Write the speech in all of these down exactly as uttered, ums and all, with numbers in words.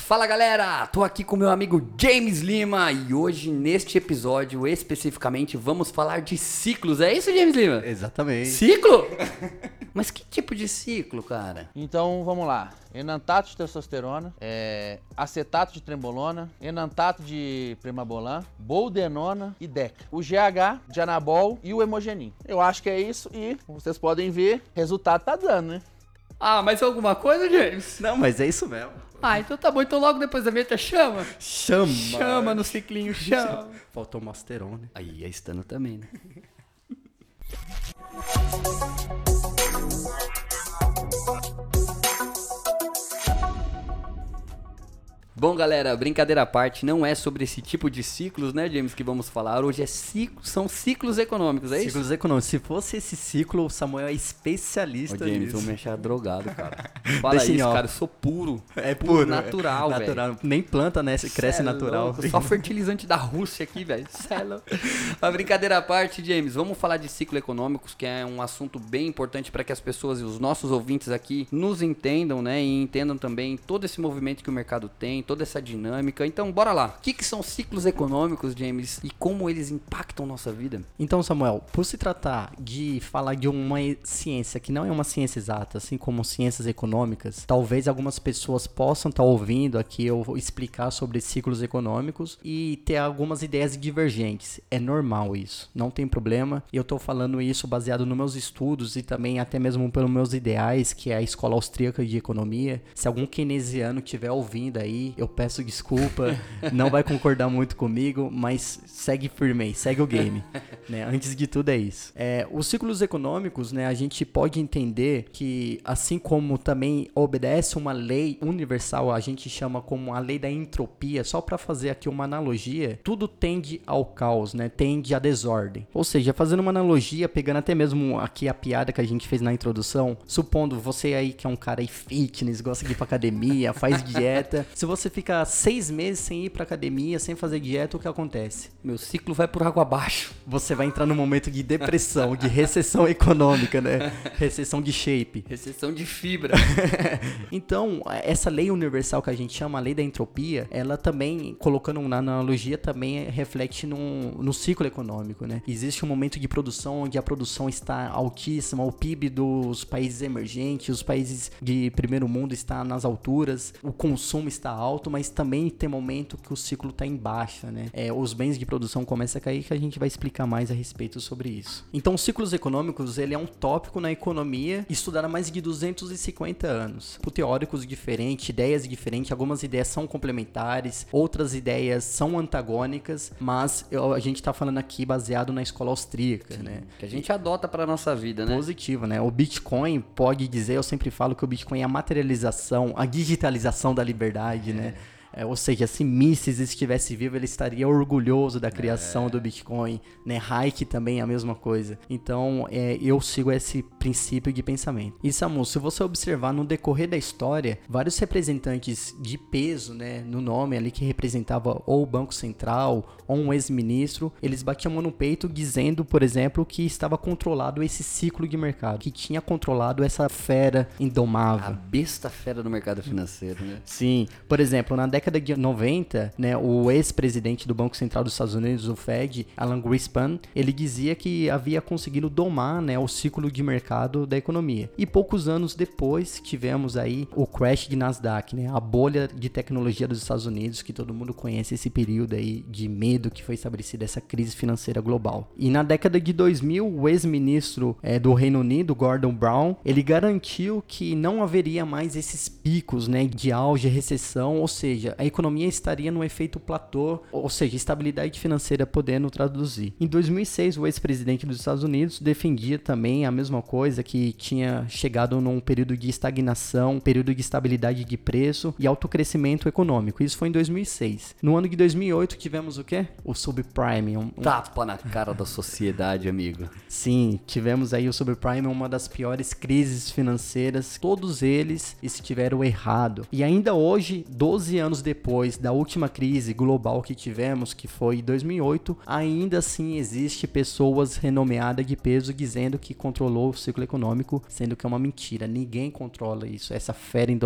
Fala galera, tô aqui com meu amigo James Lima e hoje neste episódio especificamente vamos falar de ciclos, é isso James Lima? Exatamente. Ciclo? Mas que tipo de ciclo, cara? Então vamos lá, enantato de testosterona, é, acetato de trembolona, enantato de premabolan, boldenona e deca. O G H de anabol e o hemogenin. Eu acho que é isso e, como vocês podem ver, resultado tá dando, né? Ah, mais alguma coisa, James? Não, mas é isso mesmo. Ah, então tá bom, então logo depois da vinheta chama. Chama. Chama no ciclinho, chama. Faltou masterone. Aí, a estando também, né? Bom, galera, brincadeira à parte, não é sobre esse tipo de ciclos, né, James, que vamos falar. Hoje é ciclo, são ciclos econômicos, é isso? Ciclos econômicos. Se fosse esse ciclo, o Samuel é especialista Ô, James, nisso. vou me achar drogado, cara. Fala Deixa em isso, off. cara, eu sou puro. É puro. Natural, é. velho. Natural. Nem planta, né? Cresce Cê é natural. louco, só fertilizante da Rússia aqui, velho. Cê é louco. Mas brincadeira à parte, James, vamos falar de ciclo econômicos, que é um assunto bem importante para que as pessoas e os nossos ouvintes aqui nos entendam, né? E entendam também todo esse movimento que o mercado tem, toda essa dinâmica. Então, bora lá. O que, que são ciclos econômicos, James, e como eles impactam nossa vida? Então, Samuel, por se tratar de falar de uma ciência que não é uma ciência exata, assim como ciências econômicas, talvez algumas pessoas possam estar ouvindo aqui eu explicar sobre ciclos econômicos e ter algumas ideias divergentes. É normal isso, não tem problema. Eu estou falando isso baseado nos meus estudos e também até mesmo pelos meus ideais, que é a Escola Austríaca de Economia. Se algum keynesiano estiver ouvindo aí, eu peço desculpa, não vai concordar muito comigo, mas segue firme aí, segue o game, né? Antes de tudo é isso. É, os ciclos econômicos, né, a gente pode entender que, assim como também obedece uma lei universal, a gente chama como a lei da entropia, só para fazer aqui uma analogia, tudo tende ao caos, né? Tende à desordem. Ou seja, fazendo uma analogia, pegando até mesmo aqui a piada que a gente fez na introdução, supondo você aí que é um cara aí fitness, gosta de ir pra academia, faz dieta, se você fica seis meses sem ir pra academia, sem fazer dieta, o que acontece? Meu ciclo vai por água abaixo. Você vai entrar num momento de depressão, de recessão econômica, né? Recessão de shape. Recessão de fibra. Então, essa lei universal que a gente chama, a lei da entropia, ela também, colocando na analogia, também reflete no, no ciclo econômico, né? Existe um momento de produção onde a produção está altíssima, o P I B dos países emergentes, os países de primeiro mundo está nas alturas, o consumo está alto, mas também tem momento que o ciclo está em baixa, né? É, os bens de produção começam a cair, que a gente vai explicar mais a respeito sobre isso. Então, os ciclos econômicos, ele é um tópico na economia estudado há mais de duzentos e cinquenta anos. Por teóricos diferentes, ideias diferentes, algumas ideias são complementares, outras ideias são antagônicas, mas eu, a gente está falando aqui baseado na escola austríaca, Sim, né? Que a gente adota para nossa vida, né? Positivo, né? O Bitcoin pode dizer, eu sempre falo que o Bitcoin é a materialização, a digitalização da liberdade, é. né? É, ou seja, se Mises estivesse vivo, ele estaria orgulhoso da criação é. do Bitcoin, né? Hayek também é a mesma coisa. Então, é, eu sigo esse princípio de pensamento. E, Samu, se você observar no decorrer da história, vários representantes de peso, né, no nome ali que representava ou o Banco Central ou um ex-ministro, eles batiam a mão no peito dizendo, por exemplo, que estava controlado esse ciclo de mercado, que tinha controlado essa fera indomável. A besta fera do mercado financeiro, né? Sim. Por exemplo, na década década de noventa, né, o ex-presidente do Banco Central dos Estados Unidos, o Fed, Alan Greenspan, ele dizia que havia conseguido domar, né, o ciclo de mercado da economia. E poucos anos depois tivemos aí o crash de Nasdaq, né, a bolha de tecnologia dos Estados Unidos, que todo mundo conhece esse período aí de medo que foi estabelecida essa crise financeira global. E na década de dois mil, o ex-ministro é, do Reino Unido, Gordon Brown, ele garantiu que não haveria mais esses picos, né, de auge, recessão, ou seja, a economia estaria no efeito platô, ou seja, estabilidade financeira podendo traduzir. Em dois mil e seis, o ex-presidente dos Estados Unidos defendia também a mesma coisa, que tinha chegado num período de estagnação, período de estabilidade de preço e alto crescimento econômico. Isso foi em dois mil e seis. No ano de dois mil e oito tivemos o quê? O subprime. Um, um... Tapa na cara da sociedade, amigo. Sim, tivemos aí o subprime, uma das piores crises financeiras. Todos eles estiveram errados. E ainda hoje, doze anos depois da última crise global que tivemos, que foi em dois mil e oito, ainda assim existe pessoas renomeadas de peso dizendo que controlou o ciclo econômico, sendo que é uma mentira. Ninguém controla isso, essa fera indomável.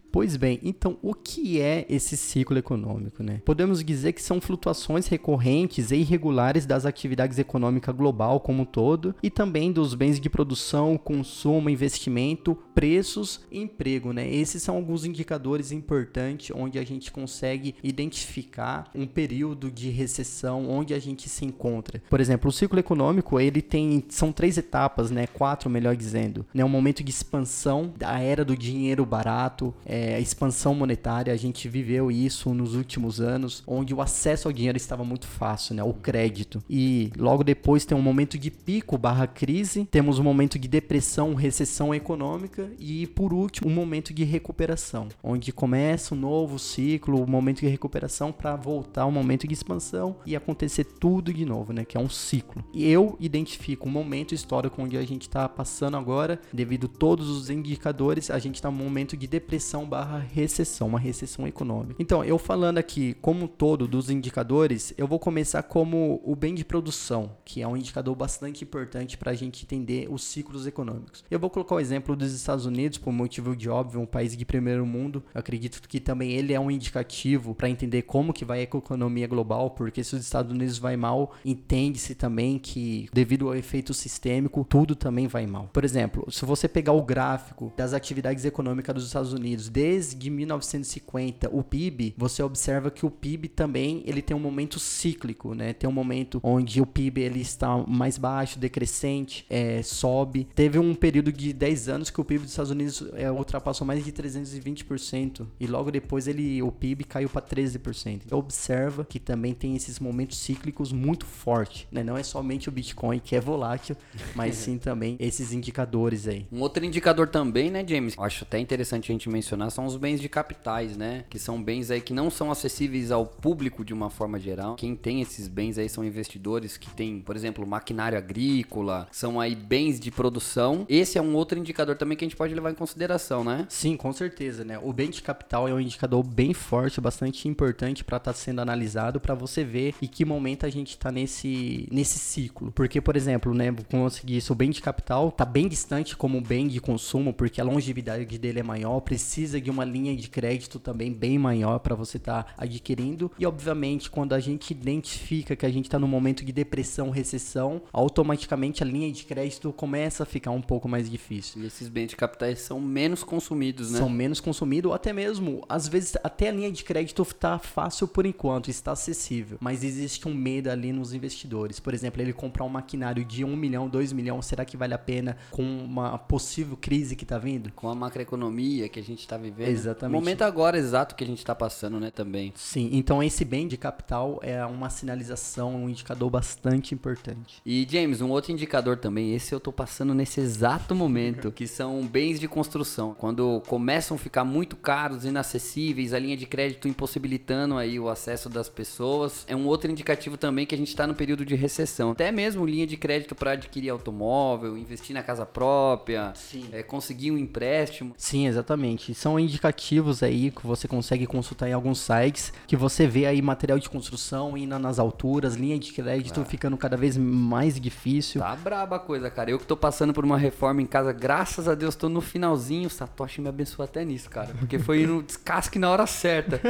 Pois bem, então o que é esse ciclo econômico, né? Podemos dizer que são flutuações recorrentes e irregulares das atividades econômicas global como um todo e também dos bens de produção, consumo, investimento, preços e emprego, né? Esses são alguns indicadores importantes onde a gente consegue identificar um período de recessão onde a gente se encontra. Por exemplo, o ciclo econômico, ele tem, são três etapas, né? Quatro, melhor dizendo, né? Um momento de expansão da era do dinheiro barato, é, a expansão monetária, a gente viveu isso nos últimos anos, onde o acesso ao dinheiro estava muito fácil, né? O crédito. E logo depois tem um momento de pico barra crise, temos um momento de depressão, recessão econômica e, por último, um momento de recuperação, onde começa um novo ciclo, um momento de recuperação para voltar ao momento de expansão e acontecer tudo de novo, né? Que é um ciclo. E eu identifico um momento histórico onde a gente está passando agora, devido a todos os indicadores, a gente está num momento de depressão barra recessão, uma recessão econômica. Então, eu falando aqui como um todo dos indicadores, eu vou começar como o bem de produção, que é um indicador bastante importante para a gente entender os ciclos econômicos. Eu vou colocar o exemplo dos Estados Unidos, por motivo de óbvio, um país de primeiro mundo. Eu acredito que também ele é um indicativo para entender como que vai a economia global, porque se os Estados Unidos vai mal, entende-se também que devido ao efeito sistêmico, tudo também vai mal. Por exemplo, se você pegar o gráfico das atividades econômicas dos Estados Unidos desde mil novecentos e cinquenta, o P I B, você observa que o P I B também ele tem um momento cíclico, né? Tem um momento onde o P I B ele está mais baixo, decrescente, é, sobe. Teve um período de dez anos que o P I B dos Estados Unidos é, ultrapassou mais de trezentos e vinte por cento e logo depois ele, o P I B caiu para treze por cento. Então, observa que também tem esses momentos cíclicos muito fortes, né? Não é somente o Bitcoin que é volátil, mas sim também esses indicadores aí. Um outro indicador também, né, James? Eu acho até interessante a gente mencionar, são os bens de capitais, né? Que são bens aí que não são acessíveis ao público de uma forma geral. Quem tem esses bens aí são investidores que têm, por exemplo, maquinário agrícola, são aí bens de produção. Esse é um outro indicador também que a gente pode levar em consideração, né? Sim, com certeza, né? O bem de capital é um indicador bem forte, bastante importante para estar sendo analisado, para você ver em que momento a gente está nesse, nesse ciclo. Porque, por exemplo, né, como eu disse, o bem de capital está bem distante como bem de consumo, porque a longevidade dele é maior, precisa de uma linha de crédito também bem maior para você estar tá adquirindo. E, obviamente, quando a gente identifica que a gente está num momento de depressão, recessão, automaticamente a linha de crédito começa a ficar um pouco mais difícil. E esses bens de capitais são menos consumidos, né? São menos consumidos, ou até mesmo, às vezes, até a linha de crédito está fácil por enquanto, está acessível. Mas existe um medo ali nos investidores. Por exemplo, ele comprar um maquinário de um milhão, dois milhões, será que vale a pena com uma possível crise que está vindo? Com a macroeconomia que a gente está vivendo. Exatamente. O momento agora exato que a gente está passando, né, também. Sim, então esse bem de capital é uma sinalização, um indicador bastante importante. E, James, um outro indicador também, esse eu tô passando nesse exato momento, que são bens de construção. Quando começam a ficar muito caros, inacessíveis, a linha de crédito impossibilitando aí o acesso das pessoas, é um outro indicativo também que a gente está no período de recessão. Até mesmo linha de crédito para adquirir automóvel, investir na casa própria, é, conseguir um empréstimo. Sim, exatamente. São indicativos aí que você consegue consultar em alguns sites, que você vê aí material de construção indo nas alturas, linha de crédito ah. ficando cada vez mais difícil. Tá braba a coisa, cara. Eu que tô passando por uma reforma em casa, graças a Deus tô no finalzinho. O Satoshi me abençoou até nisso, cara, porque foi no descasque na hora certa.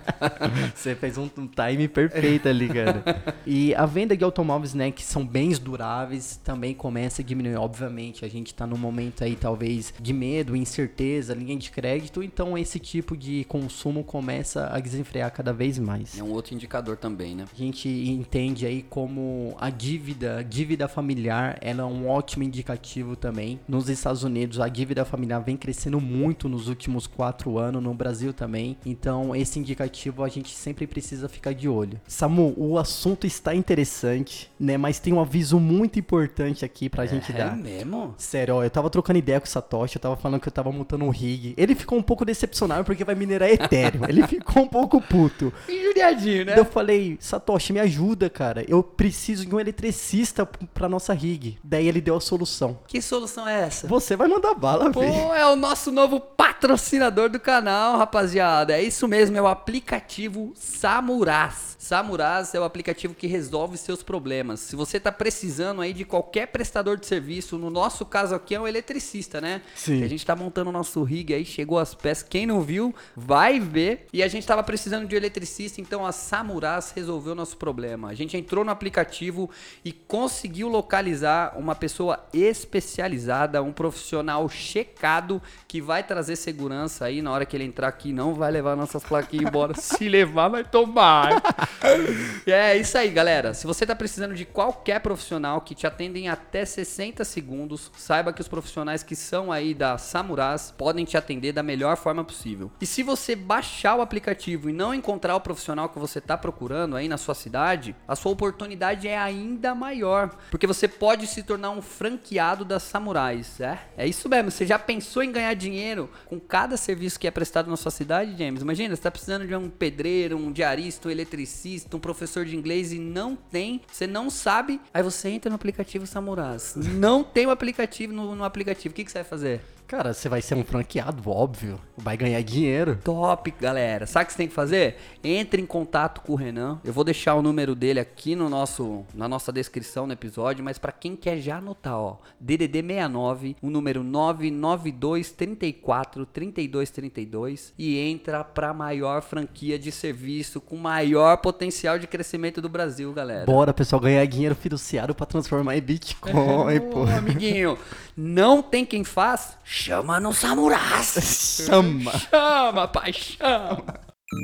Você fez um, um time perfeito ali, cara. E a venda de automóveis, né, que são bens duráveis, também começa a diminuir. Obviamente, a gente tá num momento aí, talvez, de medo, incerteza, linha de crédito, então esse tipo de consumo começa a desenfrear cada vez mais. É um outro indicador também, né? A gente entende aí como a dívida, a dívida familiar, ela é um ótimo indicativo também. Nos Estados Unidos, a dívida familiar vem crescendo muito nos últimos quatro anos, no Brasil também. Então, esse indicativo a gente sempre precisa ficar de olho. Samu, o assunto está interessante, né? Mas tem um aviso muito importante aqui pra é, gente dar. É mesmo? Sério, ó, eu tava trocando ideia com o Satoshi, eu tava falando que eu tava montando um rig. Ele ficou um pouco decepcionado porque vai minerar Ethereum. Ele ficou um pouco puto. Judiadinho, né? Daí eu falei, Satoshi, me ajuda, cara. Eu preciso de um eletricista pra nossa rig. Daí ele deu a solução. Que solução é essa? Você vai mandar bala, velho. Pô, é o nosso novo patrocinador do canal, rapaziada. É isso mesmo, é o aplicativo Samuraz. Samuraz é o aplicativo que resolve seus problemas. Se você tá precisando aí de qualquer prestador de serviço, no nosso caso aqui é um eletricista, né? Sim. Que a gente tá montando o nosso rig aí, chegou as nossas peças. Quem não viu, vai ver. E a gente tava precisando de um eletricista, então a Samuras resolveu o nosso problema. A gente entrou no aplicativo e conseguiu localizar uma pessoa especializada, um profissional checado que vai trazer segurança aí na hora que ele entrar aqui. Não vai levar nossas plaquinhas embora. Se levar, vai tomar. É isso aí, galera. Se você tá precisando de qualquer profissional que te atenda em até sessenta segundos, saiba que os profissionais que são aí da Samuras podem te atender da melhor forma possível. E se você baixar o aplicativo e não encontrar o profissional que você tá procurando aí na sua cidade, a sua oportunidade é ainda maior, porque você pode se tornar um franqueado da Samurais, é? É isso mesmo. Você já pensou em ganhar dinheiro com cada serviço que é prestado na sua cidade, James? Imagina, você tá precisando de um pedreiro, um diarista, um eletricista, um professor de inglês e não tem, você não sabe, aí você entra no aplicativo Samurais. Não tem o aplicativo no, no aplicativo. O que, que você vai fazer? Cara, você vai ser um franqueado, óbvio. Vai ganhar dinheiro. Top, galera. Sabe o que você tem que fazer? Entre em contato com o Renan. Eu vou deixar o número dele aqui no nosso, na nossa descrição do episódio, mas para quem quer já anotar, ó, D D D sessenta e nove, o número nove nove dois três quatro, três dois três dois e entra pra maior franquia de serviço com maior potencial de crescimento do Brasil, galera. Bora, pessoal, ganhar dinheiro fiduciário pra transformar em Bitcoin, pô. Ô, amiguinho, não tem quem faz? Chama no Samurais. Chama. Chama, pai, chama.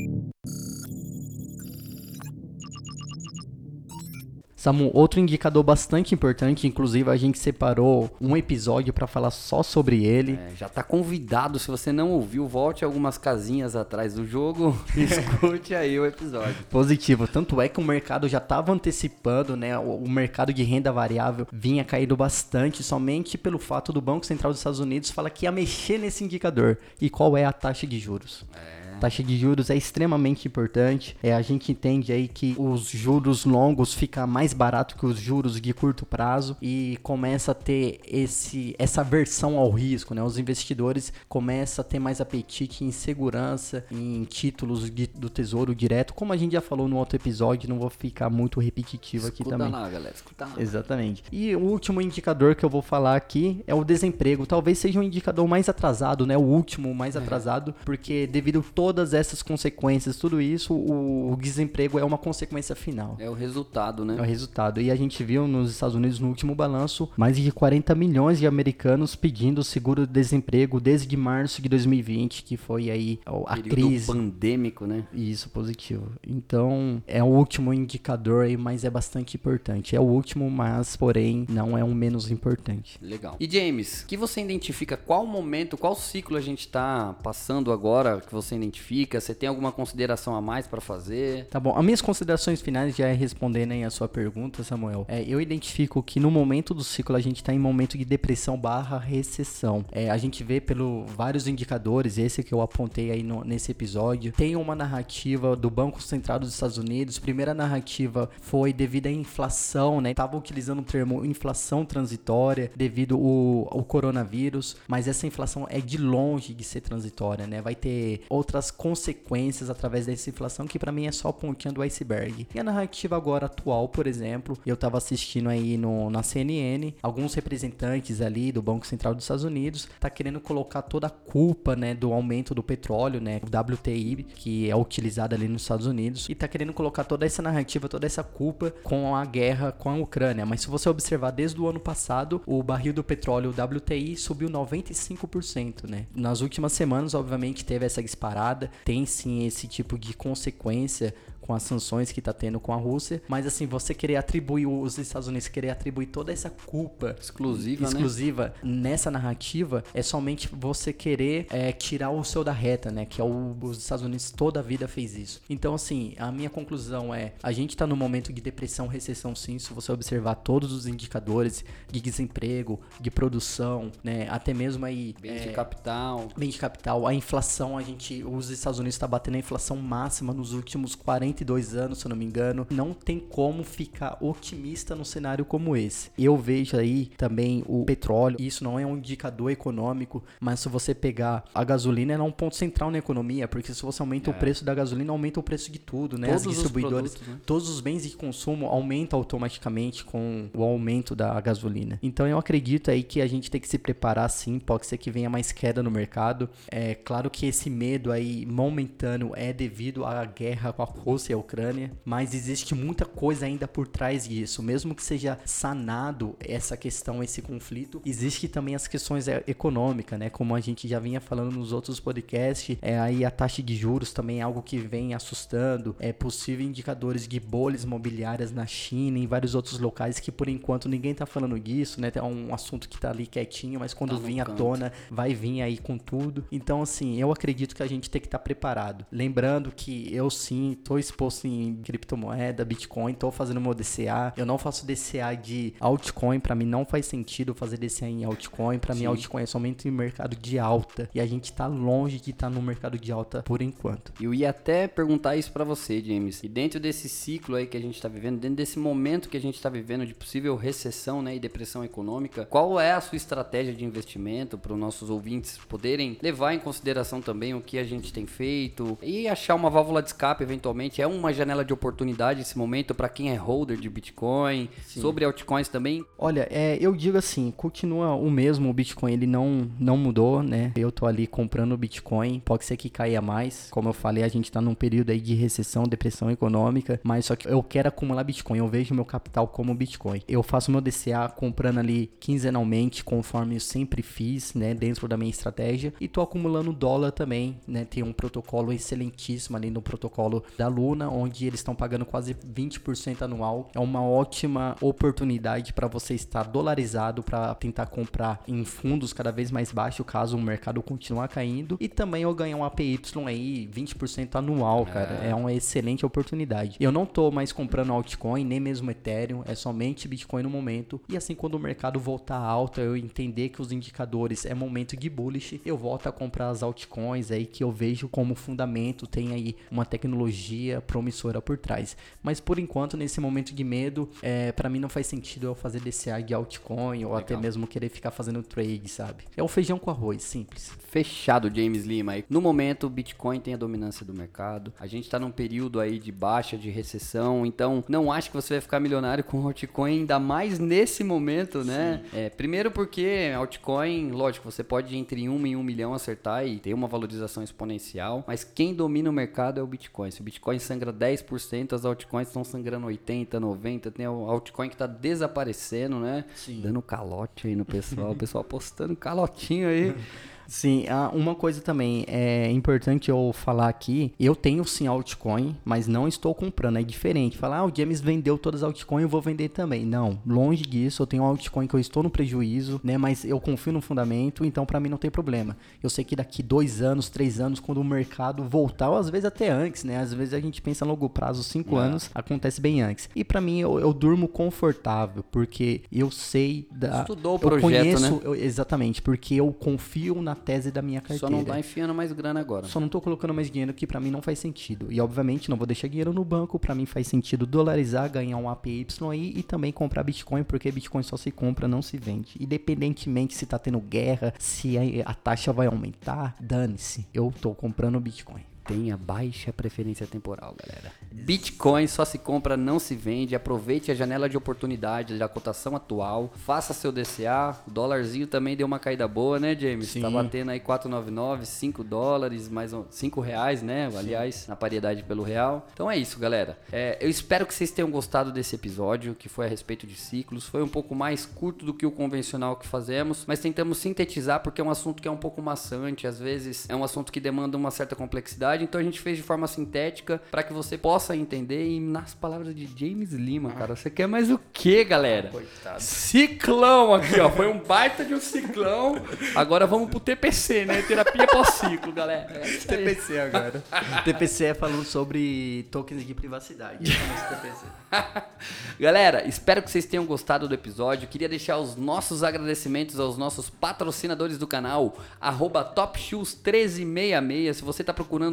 Samu, outro indicador bastante importante, inclusive a gente separou um episódio para falar só sobre ele. É, já tá convidado, se você não ouviu, volte algumas casinhas atrás do jogo e escute aí o episódio. Positivo, tanto é que o mercado já estava antecipando, né, o, o mercado de renda variável vinha caindo bastante somente pelo fato do Banco Central dos Estados Unidos falar que ia mexer nesse indicador. E qual é a taxa de juros? É. Taxa de juros é extremamente importante. É, a gente entende aí que os juros longos ficam mais barato que os juros de curto prazo e começa a ter esse, essa aversão ao risco, né? Os investidores começam a ter mais apetite em segurança, em títulos de, do Tesouro Direto, como a gente já falou no outro episódio, não vou ficar muito repetitivo aqui Escuta também. Lá, galera, escuta lá. Exatamente. E o último indicador que eu vou falar aqui é o desemprego. Talvez seja um indicador mais atrasado, né? O último mais é. atrasado, porque devido a todas essas consequências, tudo isso, o, o desemprego é uma consequência final. É o resultado, né? É o resultado. E a gente viu nos Estados Unidos, no último balanço, mais de quarenta milhões de americanos pedindo seguro-desemprego desde março de dois mil e vinte, que foi aí a período crise. pandêmico, né? Isso, positivo. Então, é o último indicador aí, mas é bastante importante. É o último, mas, porém, não é um menos importante. Legal. E, James, que você identifica qual momento, qual ciclo a gente tá passando agora, que você identifica? Você tem alguma consideração a mais para fazer? Tá bom. As minhas considerações finais já é respondendo aí a sua pergunta, Samuel. É, eu identifico que no momento do ciclo a gente está em momento de depressão barra recessão. É, a gente vê pelo vários indicadores, esse que eu apontei aí no, nesse episódio, tem uma narrativa do Banco Central dos Estados Unidos. Primeira narrativa foi devido à inflação, né? Tava utilizando o termo inflação transitória devido ao, ao coronavírus, mas essa inflação é de longe de ser transitória, né? Vai ter outras consequências através dessa inflação que para mim é só a pontinha do iceberg. E a narrativa agora atual, por exemplo, eu tava assistindo aí no, na C N N, alguns representantes ali do Banco Central dos Estados Unidos tá querendo colocar toda a culpa, né, do aumento do petróleo, né, o W T I, que é utilizado ali nos Estados Unidos, e tá querendo colocar toda essa narrativa, toda essa culpa com a guerra com a Ucrânia. Mas se você observar desde o ano passado, o barril do petróleo, o W T I, subiu noventa e cinco por cento, né? Nas últimas semanas, obviamente, teve essa disparada, tem sim esse tipo de consequência com as sanções que tá tendo com a Rússia, mas assim, você querer atribuir, os Estados Unidos querer atribuir toda essa culpa exclusiva, exclusiva né? nessa narrativa, é somente você querer é, tirar o seu da reta, né? Que é o, os Estados Unidos toda a vida fez isso. Então assim, a minha conclusão é, a gente tá num momento de depressão, recessão sim, se você observar todos os indicadores de desemprego, de produção, né? Até mesmo aí... Bem é, de capital. Bem de capital. A inflação, a gente, os Estados Unidos tá batendo a inflação máxima nos últimos quarenta quarenta e dois anos, se eu não me engano, não tem como ficar otimista num cenário como esse. Eu vejo aí também o petróleo, isso não é um indicador econômico, mas se você pegar a gasolina, é um ponto central na economia, porque se você aumenta é. o preço da gasolina, aumenta o preço de tudo, né? Todos As distribuidoras, os produtos, né? todos os bens de consumo aumentam automaticamente com o aumento da gasolina. Então eu acredito aí que a gente tem que se preparar sim, pode ser que venha mais queda no mercado. É claro que esse medo aí momentâneo é devido à guerra com a Rússia e a Ucrânia, mas existe muita coisa ainda por trás disso. Mesmo que seja sanado essa questão, esse conflito, existe também as questões econômicas, né? Como a gente já vinha falando nos outros podcasts, é, aí a taxa de juros também é algo que vem assustando, é possível indicadores de bolhas imobiliárias na China e em vários outros locais que por enquanto ninguém tá falando disso, né? É um assunto que tá ali quietinho, mas quando tá vir à canto. tona, vai vir aí com tudo. Então, assim, eu acredito que a gente tem que estar tá preparado. Lembrando que eu sim tô exposto em criptomoeda, Bitcoin, tô fazendo meu D C A. Eu não faço D C A de altcoin, pra mim não faz sentido fazer D C A em altcoin. Pra sim. mim, altcoin é somente em mercado de alta. E a gente tá longe de estar tá no mercado de alta por enquanto. Eu ia até perguntar isso pra você, James. E dentro desse ciclo aí que a gente tá vivendo, dentro desse momento que a gente tá vivendo de possível recessão, né, e depressão econômica, qual é a sua estratégia de investimento para os nossos ouvintes poderem levar em consideração também o que a gente tem feito e achar uma válvula de escape eventualmente? É uma janela de oportunidade esse momento para quem é holder de Bitcoin? Sim. Sobre altcoins também? Olha, é, eu digo assim, continua o mesmo, o Bitcoin ele não, não mudou, né? Eu tô ali comprando o Bitcoin, pode ser que caia mais, como eu falei, a gente tá num período aí de recessão, depressão econômica, mas só que eu quero acumular Bitcoin, eu vejo meu capital como Bitcoin. Eu faço meu D C A comprando ali quinzenalmente, conforme eu sempre fiz, né, dentro da minha estratégia, e tô acumulando dólar também, né? Tem um protocolo excelentíssimo ali no protocolo da Luna, onde eles estão pagando quase vinte por cento anual. É uma ótima oportunidade para você estar dolarizado para tentar comprar em fundos cada vez mais baixos, caso o mercado continuar caindo, e também eu ganhar um A P Y aí vinte por cento anual, cara. É. é uma excelente oportunidade. Eu não tô mais comprando altcoin, nem mesmo Ethereum, é somente Bitcoin no momento. E assim, quando o mercado voltar alta, eu entender que os indicadores é momento de bullish, eu volto a comprar as altcoins aí que eu vejo como fundamento, tem aí uma tecnologia promissora por trás. Mas por enquanto, nesse momento de medo, é, para mim não faz sentido eu fazer D C A de altcoin ou Legal. Até mesmo querer ficar fazendo trade, sabe? É um feijão com arroz, simples. Fechado, James Lima. No momento, o Bitcoin tem a dominância do mercado. A gente tá num período aí de baixa, de recessão, então não acho que você vai ficar milionário com altcoin, ainda mais nesse momento, né? É, primeiro porque altcoin, lógico, você pode entre um e um milhão acertar e ter uma valorização exponencial, mas quem domina o mercado é o Bitcoin. Se o Bitcoin sangra dez por cento, as altcoins estão sangrando oitenta por cento, noventa por cento, tem o altcoin que tá desaparecendo, né? Sim. Dando calote aí no pessoal, o pessoal postando calotinho aí. Sim, uma coisa também é importante eu falar aqui, eu tenho sim altcoin, mas não estou comprando, é diferente. Falar, ah, o James vendeu todas as altcoins, eu vou vender também. Não, longe disso, eu tenho altcoin que eu estou no prejuízo, né, mas eu confio no fundamento, então pra mim não tem problema. Eu sei que daqui dois anos, três anos, quando o mercado voltar, ou às vezes até antes, né, às vezes a gente pensa a longo prazo, cinco é. anos, acontece bem antes. E pra mim, eu, eu durmo confortável, porque eu sei da... Estudou o projeto, eu conheço, né? Eu, exatamente, porque eu confio na tese da minha carteira. Só não tá enfiando mais grana agora. Só não tô colocando mais dinheiro que pra mim não faz sentido. E obviamente não vou deixar dinheiro no banco, pra mim faz sentido dolarizar, ganhar um A P Y aí e também comprar Bitcoin, porque Bitcoin só se compra, não se vende. Independentemente se tá tendo guerra, se a, a taxa vai aumentar, dane-se. Eu tô comprando Bitcoin. Tenha baixa preferência temporal, galera. Bitcoin só se compra, não se vende. Aproveite a janela de oportunidade da cotação atual. Faça seu D C A. O dólarzinho também deu uma caída boa, né, James? Sim. Tá batendo aí quatro reais e noventa e nove centavos, cinco dólares, mais um, cinco reais, né? Sim. Aliás, na paridade pelo real. Então é isso, galera. É, eu espero que vocês tenham gostado desse episódio, que foi a respeito de ciclos. Foi um pouco mais curto do que o convencional que fazemos, mas tentamos sintetizar porque é um assunto que é um pouco maçante. Às vezes é um assunto que demanda uma certa complexidade. Então a gente fez de forma sintética para que você possa entender. E nas palavras de James Lima, cara, você quer mais o que, galera? Coitado. Ciclão aqui, ó. Foi um baita de um ciclão. Agora vamos pro T P C, né? Terapia pós-ciclo, galera. É T P C agora. T P C é falando sobre tokens de privacidade. T P C. Galera, espero que vocês tenham gostado do episódio. Queria deixar os nossos agradecimentos aos nossos patrocinadores do canal, arroba Top Shoes treze sessenta e seis. Se você tá procurando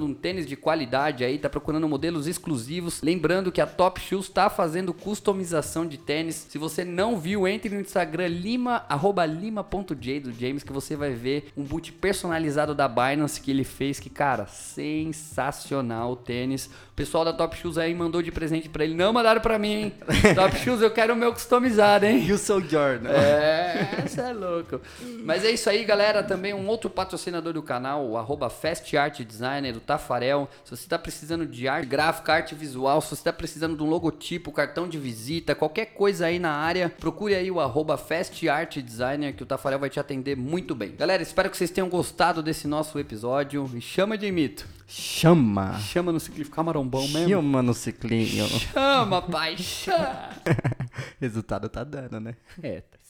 um tênis de qualidade aí, tá procurando modelos exclusivos, lembrando que a Top Shoes tá fazendo customização de tênis. Se você não viu, entre no Instagram lima, arroba lima ponto j do James, que você vai ver um boot personalizado da Binance que ele fez, que, cara, sensacional o tênis. O pessoal da Top Shoes aí mandou de presente pra ele, não mandaram pra mim, hein? Top Shoes, eu quero o meu customizado, hein? E o seu Jordan? É, você é louco. Mas é isso aí, galera. Também um outro patrocinador do canal, o arroba Fast Art Designer, o Tafarel. Se você tá precisando de arte gráfica, arte visual, se você tá precisando de um logotipo, cartão de visita, qualquer coisa aí na área, procure aí o arroba Fast Art Designer, que o Tafarel vai te atender muito bem. Galera, espero que vocês tenham gostado desse nosso episódio. E chama de mito. Chama. Chama no ciclismo, ficar marombão mesmo. Chama no ciclinho. Chama, pai, chama. Resultado tá dando, né? É,